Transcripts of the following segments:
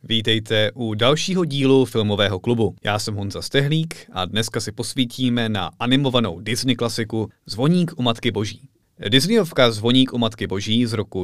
Vítejte u dalšího dílu Filmového klubu. Já jsem Honza Stehlík a dneska si posvítíme na animovanou Disney klasiku Zvoník u Matky Boží. Disneyovka Zvoník u Matky Boží z roku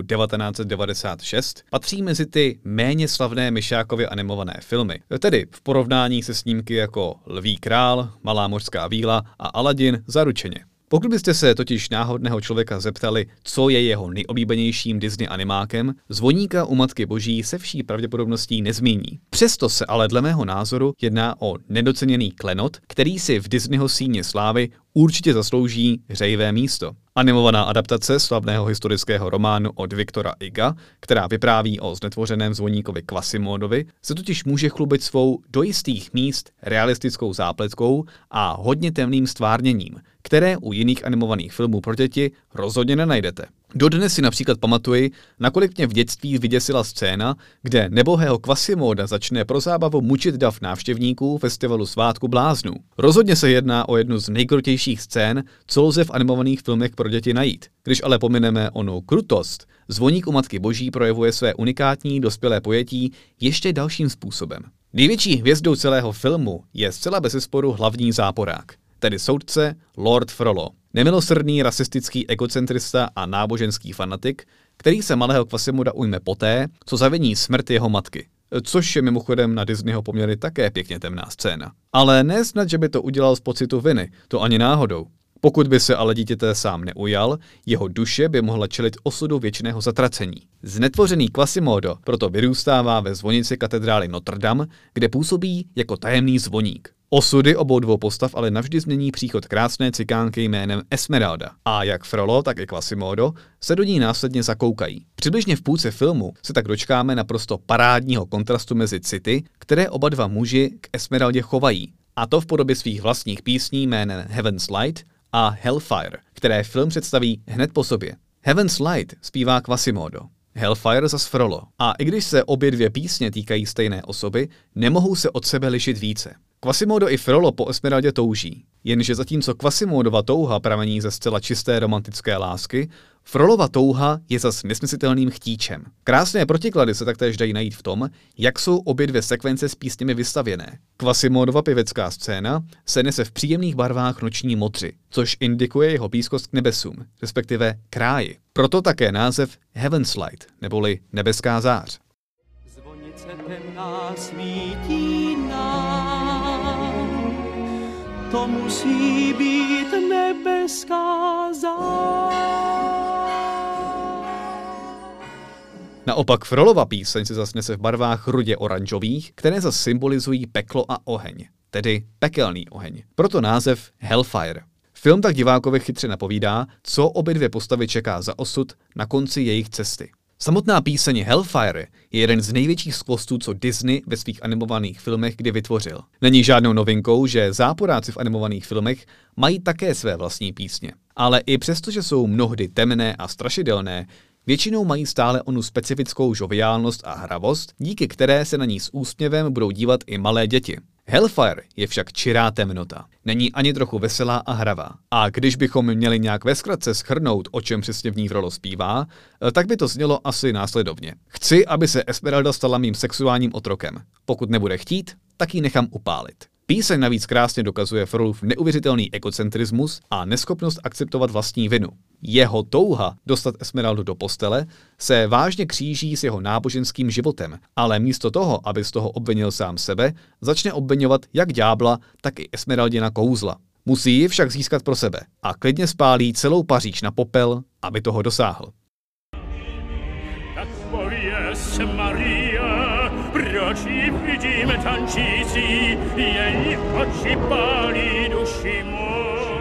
1996 patří mezi ty méně slavné Myšákově animované filmy, tedy v porovnání se snímky jako Lví král, Malá mořská víla a Aladin zaručeně. Pokud byste se totiž náhodného člověka zeptali, co je jeho nejoblíbenějším Disney animákem, Zvoníka u Matky Boží se vší pravděpodobností nezmíní. Přesto se ale dle mého názoru jedná o nedoceněný klenot, který si v Disneyho síně slávy určitě zaslouží hřejivé místo. Animovaná adaptace slavného historického románu od Viktora Huga, která vypráví o znetvořeném zvoníkovi Quasimodovi, se totiž může chlubit svou do jistých míst realistickou zápletkou a hodně temným stvárněním, které u jiných animovaných filmů pro děti rozhodně nenajdete. Dodnes si například pamatuji, nakolik mě v dětství vyděsila scéna, kde nebohého Quasimoda začne pro zábavu mučit dav návštěvníků festivalu Svátku bláznů. Rozhodně se jedná o jednu z nejkrutějších scén, co lze v animovaných filmech pro děti najít. Když ale pomineme onu krutost, Zvoník u Matky Boží projevuje své unikátní dospělé pojetí ještě dalším způsobem. Největší hvězdou celého filmu je zcela bezesporu hlavní záporák, tedy soudce Lord Frollo. Nemilosrdný rasistický egocentrista a náboženský fanatik, který se malého Quasimoda ujme poté, co zaviní smrt jeho matky. Což je mimochodem na Disneyho poměrně také pěkně temná scéna. Ale ne snad, že by to udělal z pocitu viny, to ani náhodou. Pokud by se ale dítěte sám neujal, jeho duše by mohla čelit osudu věčného zatracení. Znetvořený Quasimodo proto vyrůstává ve zvonici katedrály Notre Dame, kde působí jako tajemný zvoník. Osudy obou dvou postav ale navždy změní příchod krásné cikánky jménem Esmeralda. A jak Frollo, tak i Quasimodo se do ní následně zakoukají. Přibližně v půlce filmu se tak dočkáme naprosto parádního kontrastu mezi city, které oba dva muži k Esmeraldě chovají. A to v podobě svých vlastních písní jménem Heaven's Light a Hellfire, které film představí hned po sobě. Heaven's Light zpívá Quasimodo, Hellfire zas Frollo. A i když se obě dvě písně týkají stejné osoby, nemohou se od sebe lišit více. Quasimodo i Frollo po Esmeraldě touží, jenže zatímco Quasimodova touha pramení ze zcela čisté romantické lásky, Frollova touha je zas nesmyslitelným chtíčem. Krásné protiklady se taktéž dají najít v tom, jak jsou obě dvě sekvence s písněmi vystavěné. Quasimodova pěvecká scéna se nese v příjemných barvách noční modři, což indikuje jeho blízkost k nebesům, respektive k ráji. Proto také název Heaven's Light, neboli nebeská zář. Zvonice temná svítí nám, to musí být nebeská zář. Naopak Frollova píseň se zas nese v barvách rudě oranžových, které zas symbolizují peklo a oheň, tedy pekelný oheň. Proto název Hellfire. Film tak divákovi chytře napovídá, co obě dvě postavy čeká za osud na konci jejich cesty. Samotná píseň Hellfire je jeden z největších skvostů, co Disney ve svých animovaných filmech kdy vytvořil. Není žádnou novinkou, že záporáci v animovaných filmech mají také své vlastní písně. Ale i přesto, že jsou mnohdy temné a strašidelné, většinou mají stále onu specifickou žoviálnost a hravost, díky které se na ní s úsměvem budou dívat i malé děti. Hellfire je však čirá temnota. Není ani trochu veselá a hravá. A když bychom měli nějak ve zkratce shrnout, o čem přesně v ní Frollo zpívá, tak by to znělo asi následovně. Chci, aby se Esmeralda stala mým sexuálním otrokem. Pokud nebude chtít, tak ji nechám upálit. Píseň navíc krásně dokazuje Frollův neuvěřitelný egocentrismus a neschopnost akceptovat vlastní vinu. Jeho touha dostat Esmeraldu do postele se vážně kříží s jeho náboženským životem, ale místo toho, aby z toho obvinil sám sebe, začne obviňovat jak ďábla, tak i Esmeraldina kouzla. Musí ji však získat pro sebe a klidně spálí celou Paříž na popel, aby toho dosáhl. Tak pověz, Maria, proč ji vidím tančící, její oči pálí duši mou.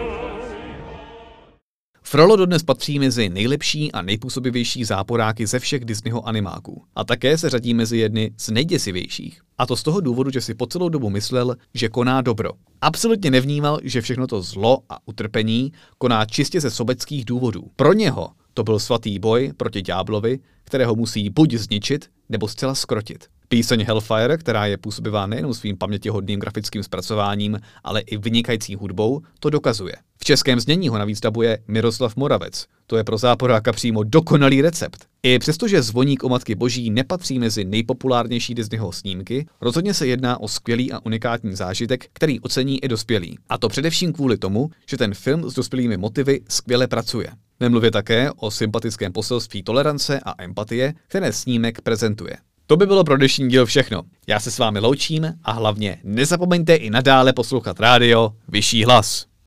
Frollo dodnes patří mezi nejlepší a nejpůsobivější záporáky ze všech Disneyho animáků a také se řadí mezi jedny z nejděsivějších. A to z toho důvodu, že si po celou dobu myslel, že koná dobro. Absolutně nevnímal, že všechno to zlo a utrpení koná čistě ze sobeckých důvodů. Pro něho to byl svatý boj proti ďáblovi, kterého musí buď zničit, nebo zcela zkrotit. Píseň Hellfire, která je působivá nejen svým pamětihodným grafickým zpracováním, ale i vynikající hudbou, to dokazuje. V českém znění ho navíc dabuje Miroslav Moravec. To je pro záporáka přímo dokonalý recept. I přestože Zvoník u Matky Boží nepatří mezi nejpopulárnější Disneyho snímky, rozhodně se jedná o skvělý a unikátní zážitek, který ocení i dospělí. A to především kvůli tomu, že ten film s dospělými motivy skvěle pracuje. Nemluvě také o sympatickém poselství tolerance a empatie, které snímek prezentuje. To by bylo pro dnešní díl všechno. Já se s vámi loučím a hlavně nezapomeňte i nadále poslouchat rádio Vyšší hlas.